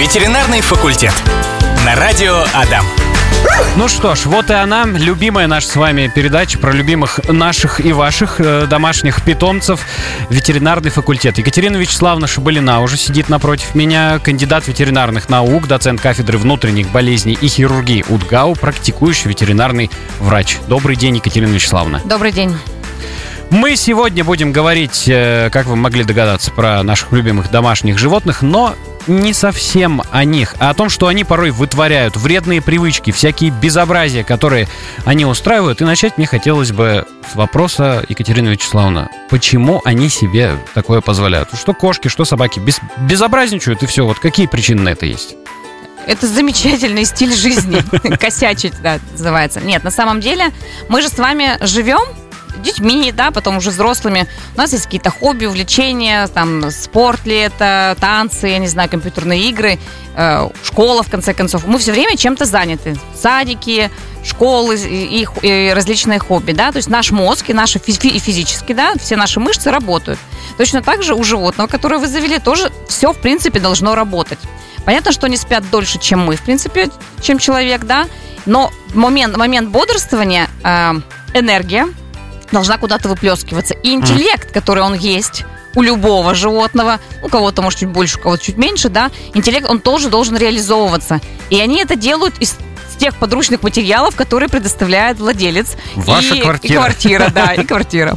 Ветеринарный факультет. На радио Адам. Ну что ж, вот и она, любимая наша с вами передача про любимых наших и ваших домашних питомцев. Ветеринарный факультет. Екатерина Вячеславовна Шабалина уже сидит напротив меня. Кандидат ветеринарных наук, доцент кафедры внутренних болезней и хирургии УДГАУ, практикующий ветеринарный врач. Добрый день, Екатерина Вячеславовна. Добрый день. Мы сегодня будем говорить, как вы могли догадаться, про наших любимых домашних животных, но не совсем о них, а о том, что они порой вытворяют вредные привычки, всякие безобразия, которые они устраивают. И начать мне хотелось бы с вопроса, Екатерина Вячеславовна, почему они себе такое позволяют? Что кошки, что собаки безобразничают и все. Вот какие причины на это есть? Это замечательный стиль жизни. Косячить, да, называется. Нет, на самом деле мы же с вами живем детьми, да, потом уже взрослыми. У нас есть какие-то хобби, увлечения, там, спорт ли это, танцы, я не знаю, компьютерные игры, школа, в конце концов. Мы все время чем-то заняты. Садики, школы и различные хобби, да. То есть наш мозг и наши физически, да, все наши мышцы работают. Точно так же у животного, которое вы завели, тоже все, в принципе, должно работать. Понятно, что они спят дольше, чем мы, в принципе, чем человек, да. Но в момент бодрствования энергия должна куда-то выплескиваться. И интеллект, который он есть у любого животного, у кого-то, может, чуть больше, у кого-то чуть меньше, да, интеллект, он тоже должен реализовываться. И они это делают из тех подручных материалов, которые предоставляет владелец. Ваша квартира. И квартира, да, и квартира.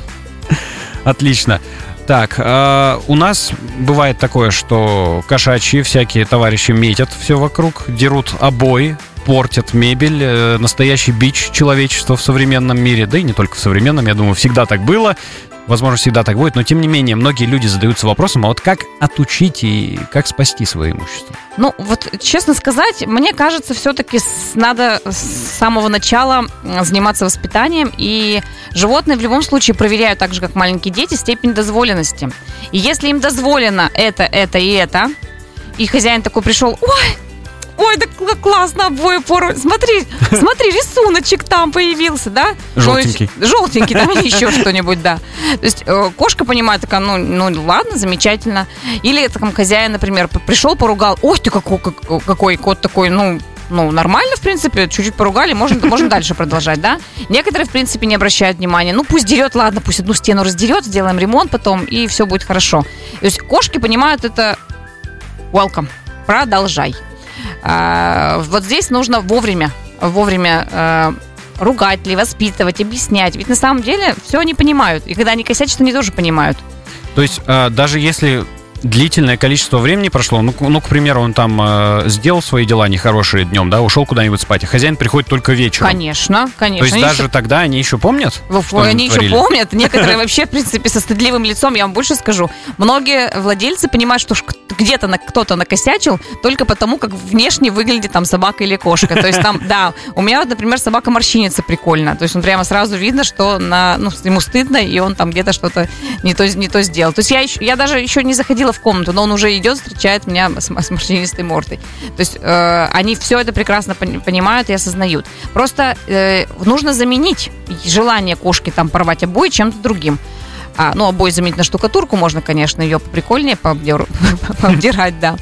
Отлично. Так, у нас бывает такое, что кошачьи всякие товарищи метят все вокруг, дерут обои, портят мебель, настоящий бич человечества в современном мире, да и не только в современном, я думаю, всегда так было, возможно, всегда так будет, но тем не менее, многие люди задаются вопросом, а вот как отучить и как спасти свое имущество? Ну, вот, честно сказать, мне кажется, все-таки надо с самого начала заниматься воспитанием, и животные в любом случае проверяют, так же, как маленькие дети, степень дозволенности. И если им дозволено это и это, и хозяин такой пришел, ой, да классно, обои порвали. Смотри, рисуночек там появился, да? Желтенький. Желтенький там или еще что-нибудь, да. То есть кошка понимает, такая, ну ладно, замечательно. Или там хозяин, например, пришел, поругал. Ой, ты какой кот такой, ну, нормально, в принципе, чуть-чуть поругали, можно дальше продолжать, да? Некоторые, в принципе, не обращают внимания. Ну, пусть дерет, ладно, пусть одну стену раздерет, сделаем ремонт потом, и все будет хорошо. То есть кошки понимают это welcome, продолжай. Вот здесь нужно вовремя ругать ли, воспитывать, объяснять. Ведь на самом деле все они понимают. И когда они косячат, они тоже понимают. То есть даже если длительное количество времени прошло, ну, к примеру, он там сделал свои дела нехорошие днем, да, ушел куда-нибудь спать, а хозяин приходит только вечером. Конечно. То есть даже тогда они еще помнят? Они еще помнят. Некоторые вообще, в принципе, со стыдливым лицом, я вам больше скажу. Многие владельцы понимают, что где-то кто-то накосячил только потому, как внешне выглядит там собака или кошка. То есть там, да, у меня вот, например, собака-морщиница прикольно. То есть он прямо сразу видно, что ему стыдно, и он там где-то что-то не то сделал. То есть я даже еще не заходила в комнату, но он уже идет, встречает меня с морщинистой мордой. То есть они все это прекрасно понимают и осознают. Просто нужно заменить желание кошки там порвать обои чем-то другим. Обои заменить на штукатурку можно, конечно, ее прикольнее пообдирать, да.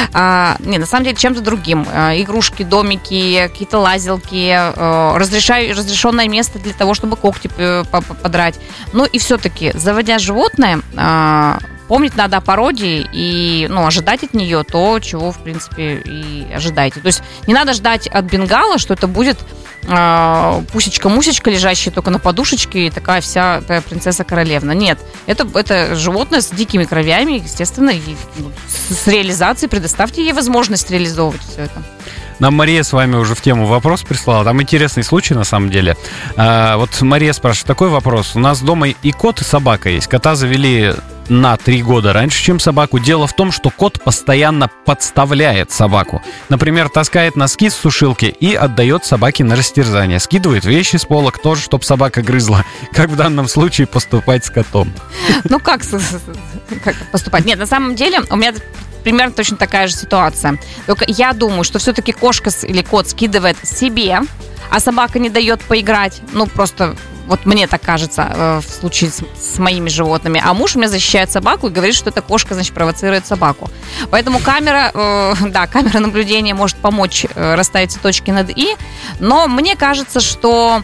На самом деле, чем-то другим. Игрушки, домики, какие-то лазилки, разрешенное место для того, чтобы когти подрать. Ну и все-таки, заводя животное, помнить надо о породе и ожидать от нее то, чего, в принципе, и ожидаете. То есть не надо ждать от бенгала, что это будет пусечка-мусечка, лежащая только на подушечке, и такая вся принцесса-королевна. Нет, это животное с дикими кровями, естественно, и с реализацией предоставьте ей возможность реализовывать все это. Нам Мария с вами уже в тему вопрос прислала. Там интересный случай, на самом деле. Вот Мария спрашивает такой вопрос. У нас дома и кот, и собака есть. Кота завели на 3 года раньше, чем собаку. Дело в том, что кот постоянно подставляет собаку. Например, таскает носки с сушилки и отдает собаке на растерзание. Скидывает вещи с полок тоже, чтобы собака грызла. Как в данном случае поступать с котом? Ну, как поступать? Нет, на самом деле у меня примерно точно такая же ситуация. Только я думаю, что все-таки кошка или кот скидывает себе, а собака не дает поиграть. Ну, просто вот мне так кажется в случае с моими животными. А муж у меня защищает собаку и говорит, что эта кошка, значит, провоцирует собаку. Поэтому камера наблюдения может помочь расставить все точки над «и». Но мне кажется, что...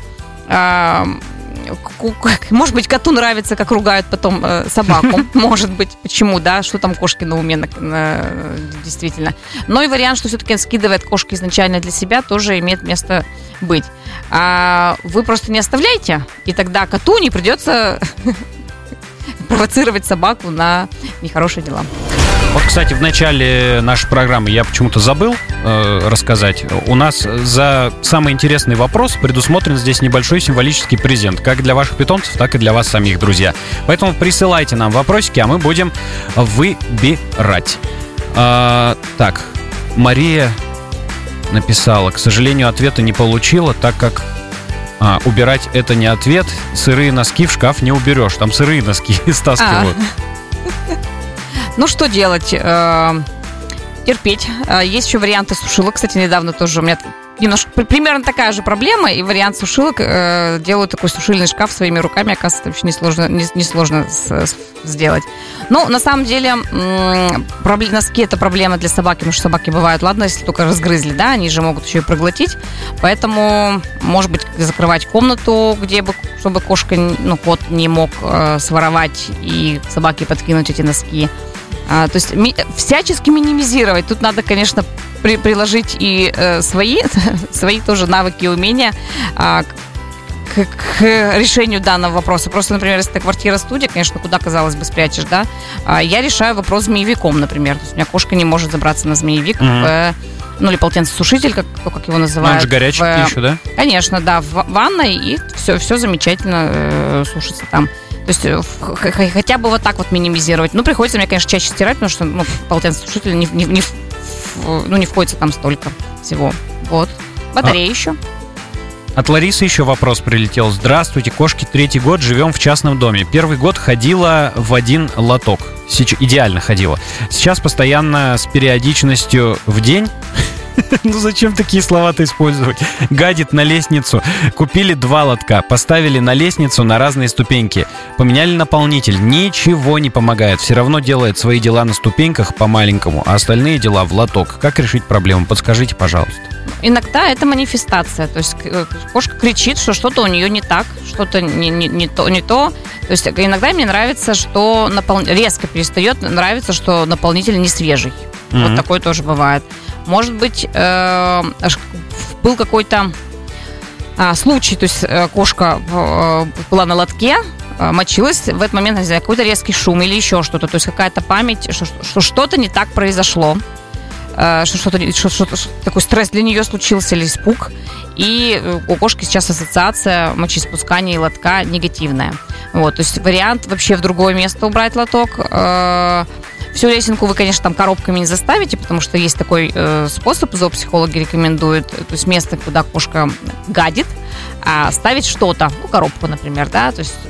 может быть, коту нравится, как ругают потом собаку. Может быть, почему, да? Что там кошки на уме, действительно. Но и вариант, что все-таки он скидывает кошки изначально для себя, тоже имеет место быть. А вы просто не оставляйте, и тогда коту не придется провоцировать собаку на нехорошие дела. Вот, кстати, в начале нашей программы я почему-то забыл рассказать. У нас за самый интересный вопрос предусмотрен здесь небольшой символический презент. Как для ваших питомцев, так и для вас самих, друзья. Поэтому присылайте нам вопросики, а мы будем выбирать. Так, Мария написала: к сожалению, ответа не получила, так как убирать это не ответ. Сырые носки в шкаф не уберешь. Там сырые носки стаскивают. Ну, что делать? Терпеть. Есть еще варианты сушилок. Кстати, недавно тоже у меня немножко примерно такая же проблема. И вариант сушилок. Делаю такой сушильный шкаф своими руками. Оказывается, вообще несложно сделать. Ну, на самом деле, носки – это проблема для собаки. Потому что собаки бывают, ладно, если только разгрызли, да, они же могут еще и проглотить. Поэтому, может быть, закрывать комнату, чтобы кошка, кот не мог своровать и собаке подкинуть эти носки. То есть всячески минимизировать. Тут надо, конечно, приложить и свои тоже навыки и умения к решению данного вопроса. Просто, например, если это квартира-студия, конечно, куда, казалось бы, спрячешь, да? Я решаю вопрос змеевиком, например. То есть у меня кошка не может забраться на змеевик, или полотенцесушитель, как его называют. Он же горячий еще, да? Конечно, да, в ванной, и все замечательно сушится там. То есть хотя бы вот так вот минимизировать. Ну, приходится мне, конечно, чаще стирать, потому что полотенцесушитель не входится там столько всего. Вот. Батарея еще. От Ларисы еще вопрос прилетел. Здравствуйте, кошки 3-й год, живем в частном доме. 1-й год ходила в 1 лоток. Идеально ходила. Сейчас постоянно с периодичностью в день. Ну зачем такие слова-то использовать? Гадит на лестницу. Купили 2 лотка, поставили на лестницу на разные ступеньки. Поменяли наполнитель. Ничего не помогает. Все равно делает свои дела на ступеньках по-маленькому, а остальные дела в лоток. Как решить проблему? Подскажите, пожалуйста. Иногда это манифестация. То есть кошка кричит, что что-то у нее не так, что-то не то. То есть иногда мне нравится, что резко перестает нравиться, что наполнитель не свежий. Вот такое тоже бывает. Может быть, был какой-то случай, то есть кошка была на лотке, мочилась, в этот момент, не знаю, какой-то резкий шум или еще что-то, то есть какая-то память, что что-то не так произошло, что такой стресс для нее случился или испуг, и у кошки сейчас ассоциация мочеиспускания и лотка негативная. Вот, то есть вариант вообще в другое место убрать лоток. Всю лесенку вы, конечно, там коробками не заставите, потому что есть такой способ, зоопсихологи рекомендуют, то есть место, куда кошка гадит, ставить что-то, коробку, например, да, то есть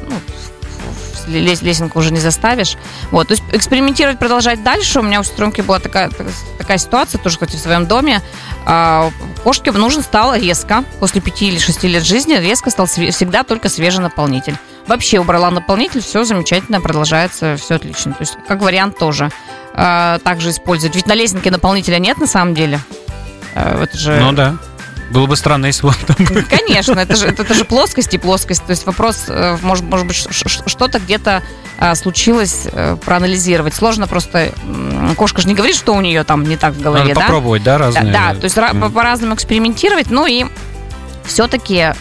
лесенку уже не заставишь. Вот, то есть экспериментировать, продолжать дальше. У меня у сестренки была такая ситуация, тоже, кстати, в своем доме. Кошке нужен стал резко, после 5 или 6 лет жизни, резко стал всегда только свежий наполнитель. Вообще убрала наполнитель, все замечательно, продолжается, все отлично. То есть, как вариант тоже также использовать. Ведь на лесенке наполнителя нет на самом деле. Это же... Ну да. Было бы странно, если бы там было. Конечно, это же плоскость и плоскость. То есть вопрос, может быть, что-то где-то случилось, проанализировать. Сложно просто... Кошка же не говорит, что у нее там не так в голове. Надо попробовать, да, разные? Да, то есть по-разному экспериментировать. Ну и все-таки...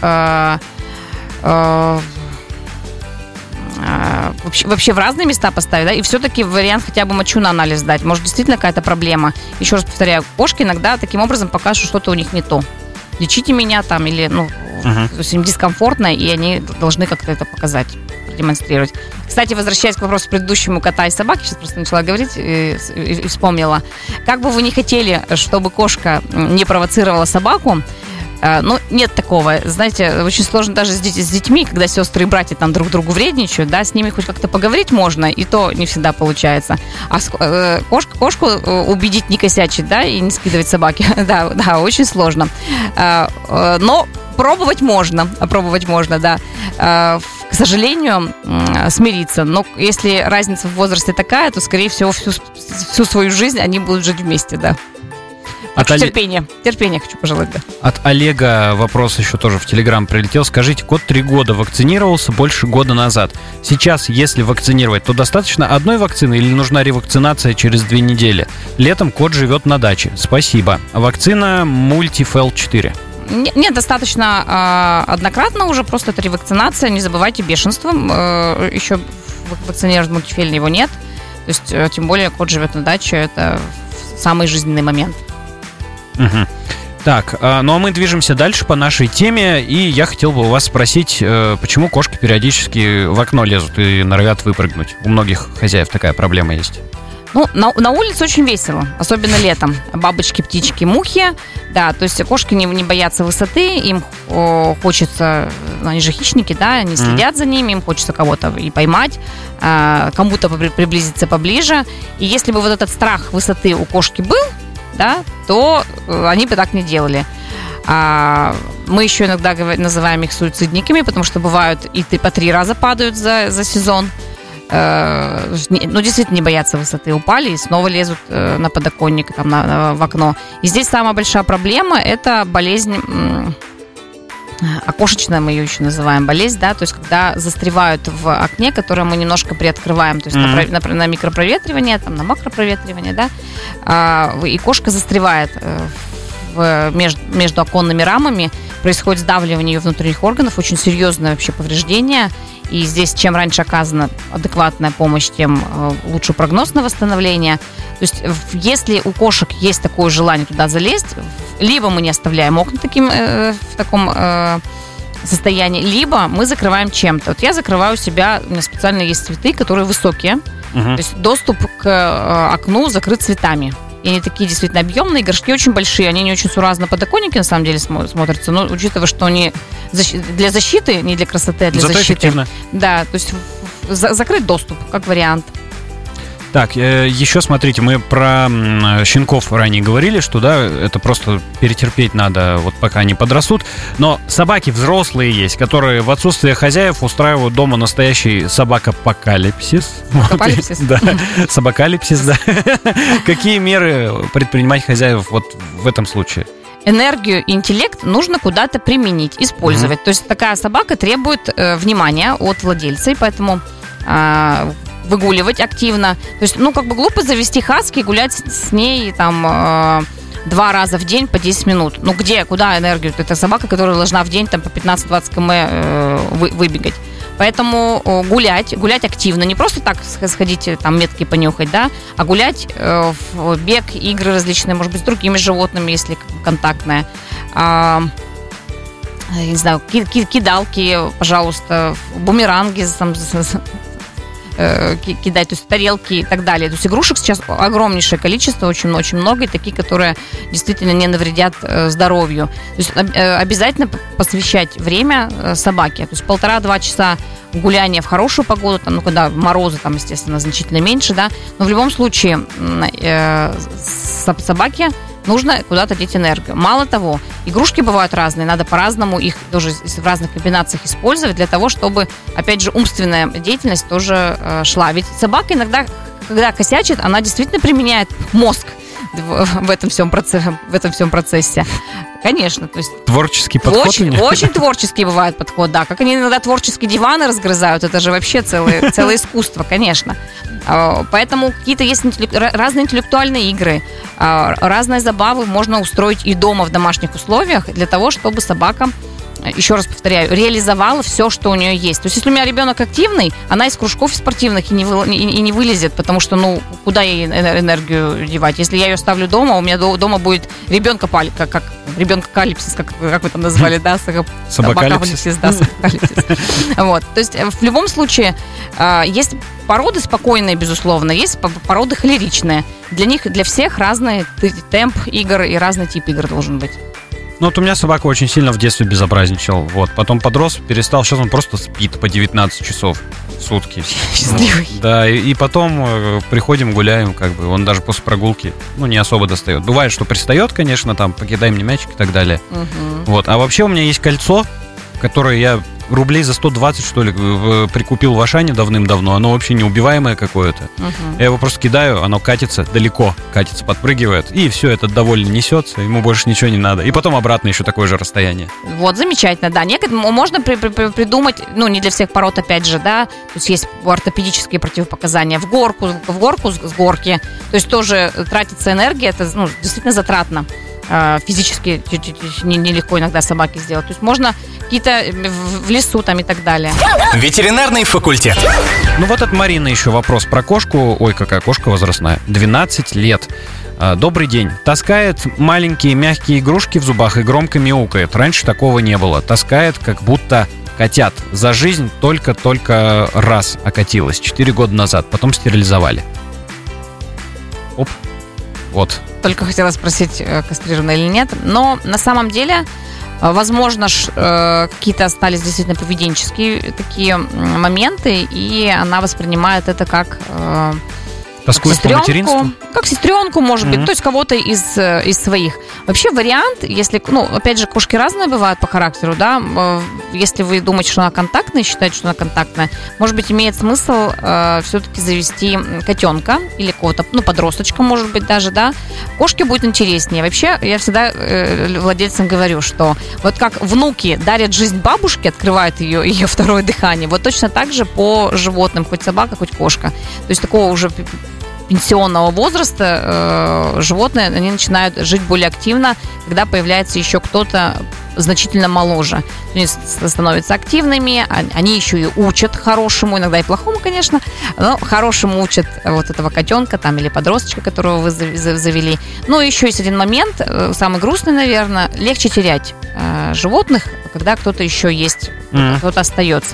вообще в разные места поставить, да, и все-таки вариант хотя бы мочу на анализ сдать. Может, действительно какая-то проблема. Еще раз повторяю, кошки иногда таким образом покажут, что что-то у них не то. Лечите меня там, или, то есть им дискомфортно, и они должны как-то это показать, продемонстрировать. Кстати, возвращаясь к вопросу предыдущему кота и собаки, сейчас просто начала говорить и вспомнила. Как бы вы ни хотели, чтобы кошка не провоцировала собаку, нет такого. Знаете, очень сложно даже с детьми, когда сестры и братья там друг другу вредничают, да, с ними хоть как-то поговорить можно, и то не всегда получается. А кошку убедить не косячить, да, и не скидывать собаки, да, очень сложно. Но Опробовать можно, да. К сожалению, смириться. Но если разница в возрасте такая, то, скорее всего, всю свою жизнь они будут жить вместе, да. Терпение хочу пожелать, да. От Олега вопрос еще тоже в Телеграм прилетел. Скажите, кот 3 года вакцинировался больше года назад. Сейчас, если вакцинировать, то достаточно одной вакцины или нужна ревакцинация через 2 недели? Летом кот живет на даче. Спасибо. Вакцина Multifel 4. Нет, достаточно однократно уже, просто это ревакцинация. Не забывайте, бешенством. Еще вакцинировать мультифельно его нет. То есть, тем более, кот живет на даче. Это самый жизненный момент. Угу. Так, ну а мы движемся дальше по нашей теме. И я хотел бы у вас спросить, почему кошки периодически в окно лезут и норовят выпрыгнуть? У многих хозяев такая проблема есть. Ну, на улице очень весело, особенно летом. Бабочки, птички, мухи. Да, то есть кошки не боятся высоты, им хочется, они же хищники, да, они следят за ними, им хочется кого-то и поймать, кому-то приблизиться поближе. И если бы вот этот страх высоты у кошки был, да, то они бы так не делали. Мы еще иногда называем их суицидниками, потому что бывают и по 3 раза падают за сезон. Ну, действительно не боятся высоты. Упали и снова лезут на подоконник, там, в окно. И здесь самая большая проблема – это болезнь, окошечная мы ее еще называем, болезнь, да, то есть когда застревают в окне, которое мы немножко приоткрываем, то есть на микропроветривание, там, на макропроветривание, да, и кошка застревает между оконными рамами, происходит сдавливание ее внутренних органов, очень серьезное вообще повреждение. И здесь, чем раньше оказана адекватная помощь, тем лучше прогноз на восстановление. То есть, если у кошек есть такое желание туда залезть, либо мы не оставляем окна в таком состоянии, либо мы закрываем чем-то. Вот я закрываю себя, у меня специально есть цветы, которые высокие. То есть доступ к окну закрыт цветами. И они такие действительно объемные, горшки очень большие, они не очень суразно на подоконнике на самом деле смотрятся, но учитывая, что они для защиты, не для красоты, а для защиты. Эффективно. Да, то есть закрыть доступ, как вариант. Так, еще смотрите, мы про щенков ранее говорили, что, да, это просто перетерпеть надо, вот пока они подрастут. Но собаки взрослые есть, которые в отсутствие хозяев устраивают дома настоящий собакапокалипсис. Собакалипсис? Да, собакалипсис, да. Какие меры предпринимать хозяев вот в этом случае? Энергию и интеллект нужно куда-то применить, использовать. То есть такая собака требует внимания от владельца, и поэтому выгуливать активно. То есть, ну, как бы глупо завести хаски и гулять с ней там 2 раза в день по 10 минут. Ну, куда энергию? Это собака, которая должна в день там по 15-20 км выбегать. Поэтому гулять активно, не просто так сходить там метки понюхать, да, а гулять в бег, игры различные, может быть, с другими животными, если контактная. Не знаю, кидалки, пожалуйста, бумеранги там, кидать, то есть тарелки и так далее. То есть игрушек сейчас огромнейшее количество, очень много, и такие, которые действительно не навредят здоровью. То есть обязательно посвящать время собаке. То есть 1,5-2 часа гуляния в хорошую погоду, там, ну, когда морозы, там, естественно, значительно меньше, да, но в любом случае собаке нужно куда-то деть энергию. Мало того, игрушки бывают разные, надо по-разному их тоже в разных комбинациях использовать для того, чтобы, опять же, умственная деятельность тоже шла. Ведь собака иногда, когда косячит, она действительно применяет мозг в этом всем процессе. Конечно, то есть творческий подход. Очень творческий бывает подход, да. Как они иногда творческие диваны разгрызают, это же вообще целое искусство, конечно. Поэтому какие-то есть разные интеллектуальные игры, разные забавы можно устроить и дома в домашних условиях для того, чтобы собака, еще раз повторяю, реализовала все, что у нее есть. То есть, если у меня ребенок активный, она из кружков спортивных и не вылезет, потому что, ну, куда ей энергию девать? Если я ее ставлю дома, у меня дома будет ребенка-калипсис, как вы там назвали, да? Собакалипсис. Да, собакалипсис. Вот. То есть, в любом случае, есть породы спокойные, безусловно, есть породы холеричные. Для них, для всех разный темп игр и разный тип игр должен быть. Ну, вот у меня собака очень сильно в детстве безобразничал. Вот. Потом подрос, перестал. Сейчас он просто спит по 19 часов в сутки. Счастливый. Да, и потом приходим, гуляем, как бы. Он даже после прогулки, не особо достает. Бывает, что пристает, конечно, там, покидай мне мячик и так далее. Вот. А вообще у меня есть кольцо, которое я рублей за 120, что ли, прикупил в Ашане давным-давно. Оно вообще неубиваемое какое-то. Я его просто кидаю, оно катится далеко, подпрыгивает, и все, это довольно несется, ему больше ничего не надо. И потом обратно еще такое же расстояние. Вот, замечательно, да. Можно придумать, не для всех пород, опять же, да, то есть ортопедические противопоказания в горку с горки, то есть тоже тратится энергия, это действительно затратно. Физически нелегко иногда собаки сделать. То есть можно какие-то в лесу там и так далее. Ветеринарный факультет. Вот от Марины еще вопрос про кошку. Ой, какая кошка возрастная. 12 лет. Добрый день. Таскает маленькие мягкие игрушки в зубах и громко мяукает. Раньше такого не было. Таскает, как будто котят. За жизнь только раз окатилась. 4 года назад. Потом стерилизовали. Оп. Вот. Только хотела спросить, кастрирована или нет. Но на самом деле, возможно, какие-то остались действительно поведенческие такие моменты, и она воспринимает это как тоскует по материнству? Как сестренку, может быть, то есть кого-то из своих. Вообще вариант, если, опять же, кошки разные бывают по характеру, да, если вы думаете, что она контактная, считаете, что она контактная, может быть, имеет смысл все-таки завести котенка или какого-то, подросточка, может быть, даже, да, кошке будет интереснее. Вообще, я всегда владельцам говорю, что вот как внуки дарят жизнь бабушке, открывают ее второе дыхание, вот точно так же по животным, хоть собака, хоть кошка. То есть такого уже пенсионного возраста животные, они начинают жить более активно, когда появляется еще кто-то значительно моложе. Они становятся активными, они еще и учат хорошему, иногда и плохому, конечно, но хорошему учат вот этого котенка там, или подросточка, которого вы завели. Ну, еще есть один момент, самый грустный, наверное, легче терять животных, когда кто-то еще есть, кто-то остается.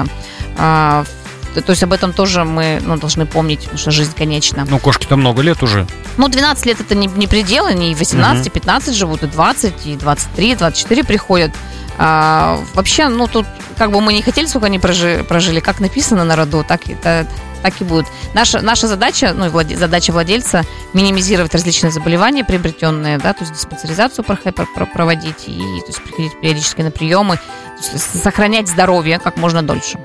То есть об этом тоже мы должны помнить, потому что жизнь конечна. Кошки-то много лет уже. 12 лет это не предел, они и 18, и 15 живут, и 20, и 23, и 24 приходят. Вообще, тут как бы мы не хотели, сколько они прожили, как написано на роду, так и будет. Наша задача, задача владельца минимизировать различные заболевания приобретенные, да, то есть диспансеризацию проводить, и то есть приходить периодически на приемы, сохранять здоровье как можно дольше.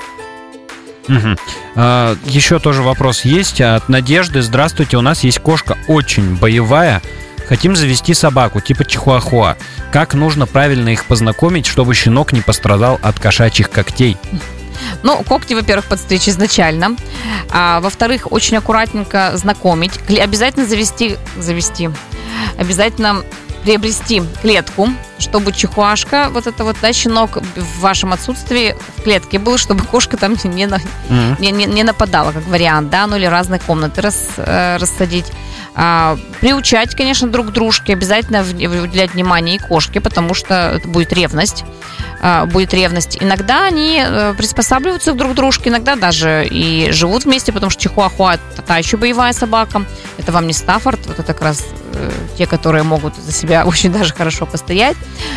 Еще тоже вопрос есть от Надежды. Здравствуйте, у нас есть кошка очень боевая. Хотим завести собаку типа чихуахуа. Как нужно правильно их познакомить, чтобы щенок не пострадал от кошачьих когтей? Когти, во-первых, подстричь изначально. Во-вторых, очень аккуратненько знакомить. Обязательно завести. Обязательно приобрести клетку, чтобы чихуашка, щенок в вашем отсутствии в клетке был, чтобы кошка там не нападала, как вариант, да, или разные комнаты рассадить. Приучать, конечно, друг к дружке, обязательно уделять внимание и кошке, потому что это будет ревность. Иногда они приспосабливаются друг к дружке, иногда даже и живут вместе, потому что чихуахуа – та еще боевая собака. Это вам не Стаффорд, это как раз те, которые могут за себя очень даже хорошо постоять.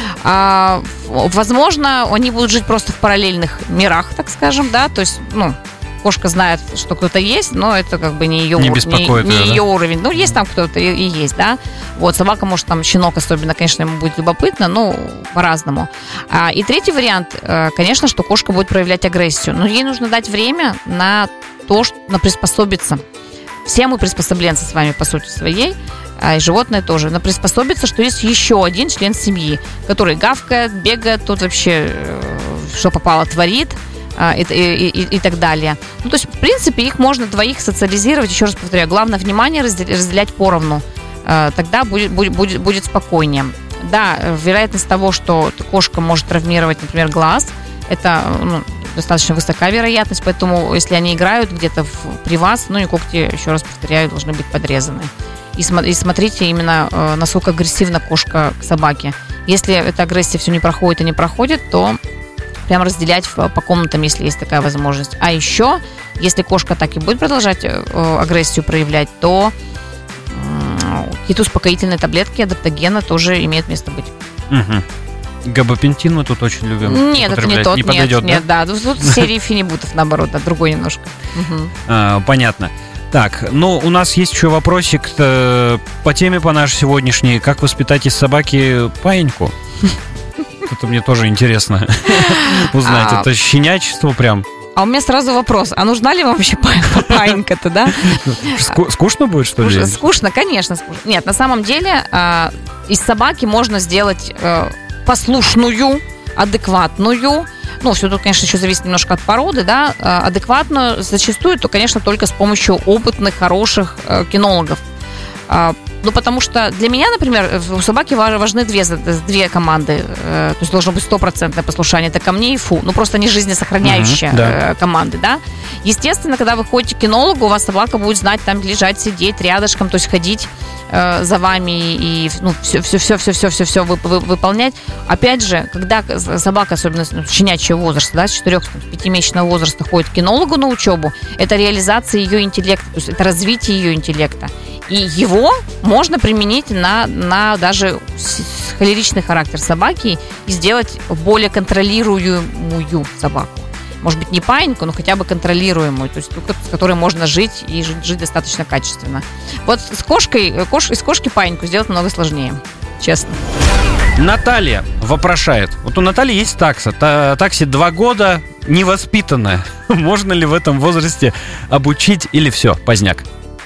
Возможно, они будут жить просто в параллельных мирах, так скажем, да, то есть, кошка знает, что кто-то есть, но это как бы не ее уровень. Есть там кто-то и есть, да. Собака, может, там щенок особенно, конечно, ему будет любопытно, по-разному. И третий вариант, конечно, что кошка будет проявлять агрессию. Но ей нужно дать время на приспособиться. Все мы приспособленцы с вами по сути своей, и животное тоже. Но приспособиться, что есть еще один член семьи, который гавкает, бегает, тут вообще что попало творит. И так далее. То есть, в принципе, их можно двоих социализировать. Еще раз повторяю, главное внимание разделять поровну. Тогда будет спокойнее. Да, вероятность того, что кошка может травмировать, например, глаз, это достаточно высока вероятность, поэтому если они играют где-то при вас, и когти, еще раз повторяю, должны быть подрезаны. И смотрите именно, насколько агрессивна кошка к собаке. Если эта агрессия все не проходит, то прям разделять по комнатам, если есть такая возможность. А еще, если кошка так и будет продолжать агрессию проявлять, то какие-то успокоительные таблетки, адаптогена тоже имеют место быть. Габапентин мы тут очень любим. Нет, это не тот, нет, да. Тут серии фенибутов, наоборот, да, другой немножко. Понятно. Так, ну, у нас есть еще вопросик по теме по нашей сегодняшней. Как воспитать из собаки паиньку? Это мне тоже интересно узнать. Это щенячество прям. А у меня сразу вопрос, а нужна ли вам вообще паинька-то, да? Скучно будет, что ли? Скучно, конечно, скучно. Нет, на самом деле из собаки можно сделать послушную, адекватную. Ну, все тут, конечно, еще зависит немножко от породы, да. Адекватную зачастую, то, конечно, только с помощью опытных, хороших кинологов. Ну, потому что для меня, например, у собаки важны две команды. То есть должно быть 100% послушание. Это ко мне и фу. Ну, просто не жизнесохраняющие команды, да. Естественно, когда вы ходите к кинологу, у вас собака будет знать, там лежать, сидеть рядышком, то есть ходить за вами и все выполнять. Опять же, когда собака, особенно щенячьего возраста, да, с 4-5-месячного возраста ходит к кинологу на учебу, это реализация ее интеллекта, то есть это развитие ее интеллекта. И его можно применить на даже холеричный характер собаки и сделать более контролируемую собаку. Может быть, не паиньку, но хотя бы контролируемую, то есть с которой можно жить и жить достаточно качественно. Вот с из кошки паиньку сделать намного сложнее, честно. Наталья вопрошает. Вот у Натальи есть такса. Такси 2 года, невоспитанная. Можно ли в этом возрасте обучить или все, поздняк?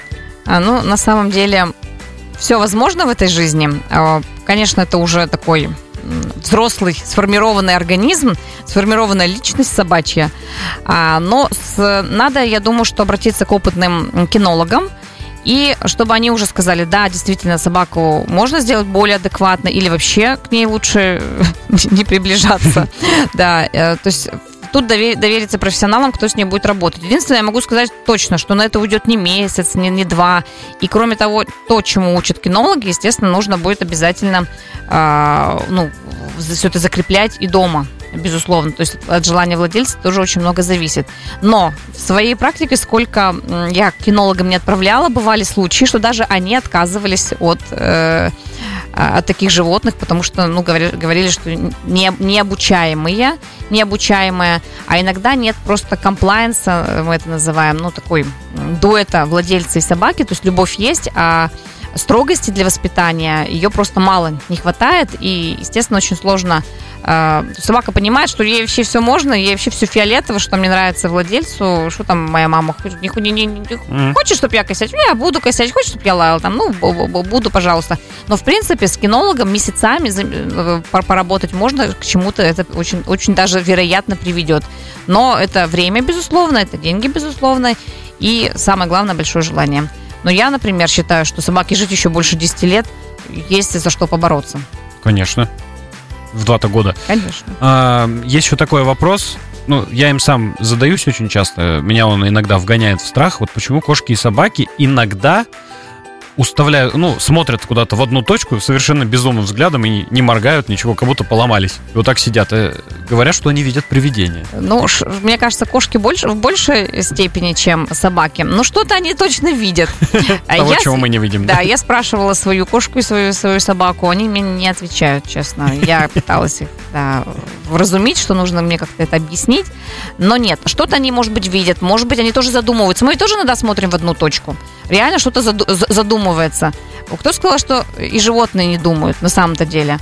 Ну, на самом деле, все возможно в этой жизни. Конечно, это уже такой взрослый, сформированный организм, сформированная личность собачья. Но надо, я думаю, что обратиться к опытным кинологам, и чтобы они уже сказали, да, действительно, собаку можно сделать более адекватно, или вообще к ней лучше не приближаться. Да, то есть тут довериться профессионалам, кто с ней будет работать. Единственное, я могу сказать точно, что на это уйдет не месяц, не 2. И кроме того, то, чему учат кинологи, естественно, нужно будет обязательно все это закреплять и дома, безусловно. То есть от желания владельца тоже очень много зависит. Но в своей практике, сколько я к кинологам не отправляла, бывали случаи, что даже они отказывались от таких животных, потому что, говорили, что необучаемые, а иногда нет просто комплаенса, мы это называем, такой дуэта владельца и собаки, то есть любовь есть, а строгости для воспитания ее просто мало не хватает, и, естественно, очень сложно. Собака понимает, что ей вообще все можно, ей вообще все фиолетово, что мне нравится владельцу, что там моя мама хочет, чтобы я косячил, я буду косячить, хочет, чтобы я лаял, там, буду, пожалуйста. Но, в принципе, с кинологом месяцами поработать можно, к чему-то это очень, очень даже вероятно приведет. Но это время, безусловно, это деньги, безусловно, и самое главное, большое желание. Но я, например, считаю, что собаке жить еще больше 10 лет, есть за что побороться. Конечно. В 2 года. Конечно. Есть еще такой вопрос. Я им сам задаюсь очень часто. Меня он иногда вгоняет в страх. Вот почему кошки и собаки иногда смотрят куда-то в одну точку совершенно безумным взглядом и не моргают ничего, как будто поломались. И вот так сидят. И говорят, что они видят привидения. Мне кажется, кошки в большей степени, чем собаки. Что-то они точно видят. Того, чего мы не видим. Да, я спрашивала свою кошку и свою собаку. Они мне не отвечают, честно. Я пыталась их вразумить, что нужно мне как-то это объяснить. Но нет, что-то они, может быть, видят. Может быть, они тоже задумываются. Мы тоже иногда смотрим в одну точку. Реально что-то задумывается. Кто сказал, что и животные не думают на самом-то деле?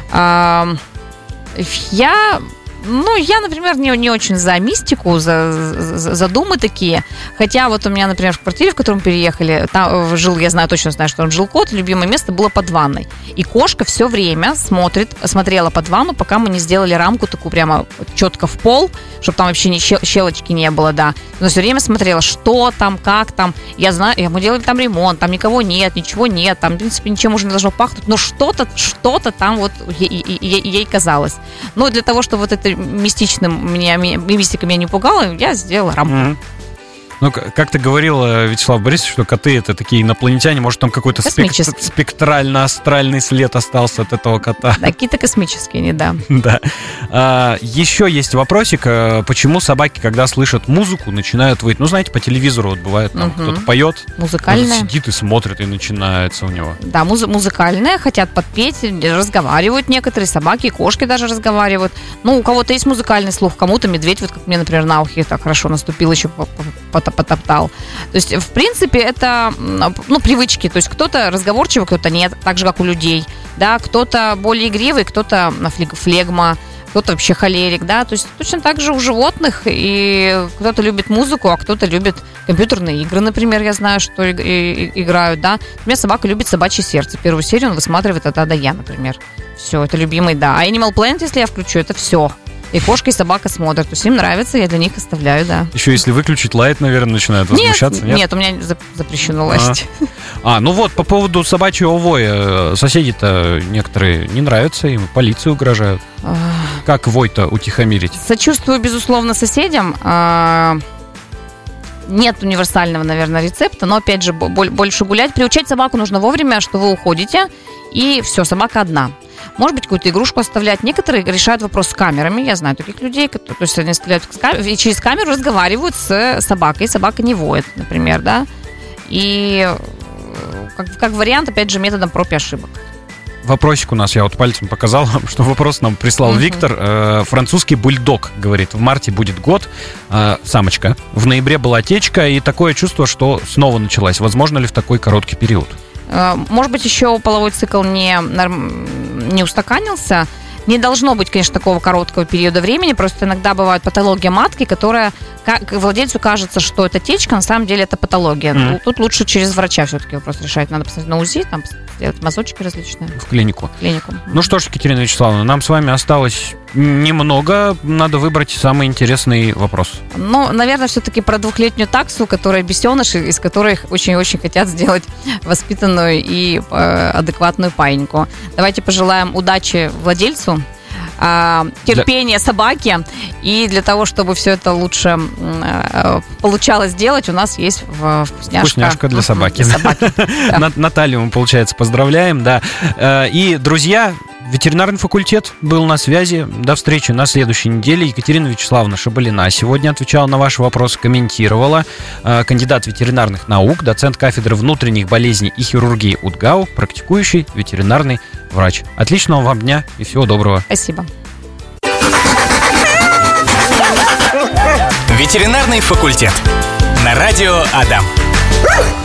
Я, например, не очень за мистику, за думы такие. Хотя вот у меня, например, в квартире, в которой мы переехали, там точно знаю, что там жил кот, любимое место было под ванной. И кошка все время смотрела под ванну, пока мы не сделали рамку такую прямо четко в пол, чтобы там вообще щелочки не было, да. Но все время смотрела, что там, как там. Я знаю, мы делали там ремонт, там никого нет, ничего нет, там, в принципе, ничем уже не должно пахнуть, но что-то там вот ей казалось. Но для того, чтобы вот это мистика меня не пугала, я сделала рамку. Ну, как ты говорил, Вячеслав Борисович, что коты — это такие инопланетяне, может, там какой-то спектрально-астральный след остался от этого кота. Да, какие-то космические, не да. Да. Еще есть вопросик, почему собаки, когда слышат музыку, начинают выть? Ну, знаете, по телевизору вот бывает, там кто-то поет, музыкальная. Сидит и смотрит, и начинается у него. Да, музыкальная, хотят подпеть, разговаривают некоторые, собаки и кошки даже разговаривают. Ну, у кого-то есть музыкальный слух, кому-то медведь, вот как мне, например, на ухе так хорошо наступил, еще потоптал. То есть, в принципе, это, ну, привычки. То есть, кто-то разговорчивый, кто-то нет, так же, как у людей. Да, кто-то более игривый, кто-то флегма, кто-то вообще холерик, да, то есть точно так же у животных, и кто-то любит музыку, а кто-то любит компьютерные игры, например, я знаю, что играют, да. У меня собака любит «Собачье сердце», первую серию он высматривает от А до Я, например. Все, это любимый, да. А Animal Planet, если я включу, это все. И кошка, и собака смотрят. То есть им нравится, я для них оставляю, да. Еще если выключить лайт, наверное, начинают возмущаться. Нет, у меня запрещено лаять. Ну вот, по поводу собачьего воя. Соседи-то некоторые не нравятся, им полиции угрожают. Как вой-то утихомирить? Сочувствую, безусловно, соседям. Нет универсального, наверное, рецепта, но, опять же, больше гулять. Приучать собаку нужно вовремя, что вы уходите, и все, собака одна. Может быть, какую-то игрушку оставлять. Некоторые решают вопрос с камерами. Я знаю таких людей, то есть они стреляют и через камеру разговаривают с собакой, и собака не воет, например, да. И как вариант, опять же, методом проб и ошибок. Вопросик у нас, я вот пальцем показал вам, что вопрос нам прислал Виктор. Французский бульдог, говорит, в марте будет год, самочка. В ноябре была течка, и такое чувство, что снова началась. Возможно ли в такой короткий период? Может быть, еще половой цикл не устаканился. Не должно быть, конечно, такого короткого периода времени. Просто иногда бывает патология матки, которая владельцу кажется, что это течка, на самом деле это патология. Тут лучше через врача все-таки вопрос решать. Надо посмотреть на УЗИ, там сделать мазочки различные. В клинику. Ну что ж, Екатерина Вячеславовна, нам с вами осталось немного. Надо выбрать самый интересный вопрос. Ну, наверное, все-таки про двухлетнюю таксу, которая бесеныш, из которых очень-очень хотят сделать воспитанную и адекватную паиньку. Давайте пожелаем удачи владельцу, терпения собаке, и для того, чтобы все это лучше получалось делать, у нас есть вкусняшка для собаки. Наталью мы, получается, поздравляем, да. И, друзья, ветеринарный факультет был на связи. До встречи на следующей неделе. Екатерина Вячеславовна Шабалина сегодня отвечала на ваши вопросы, комментировала. Кандидат ветеринарных наук, доцент кафедры внутренних болезней и хирургии УДГАУ, практикующий ветеринарный врач. Отличного вам дня и всего доброго. Спасибо. Ветеринарный факультет. На радио Адам.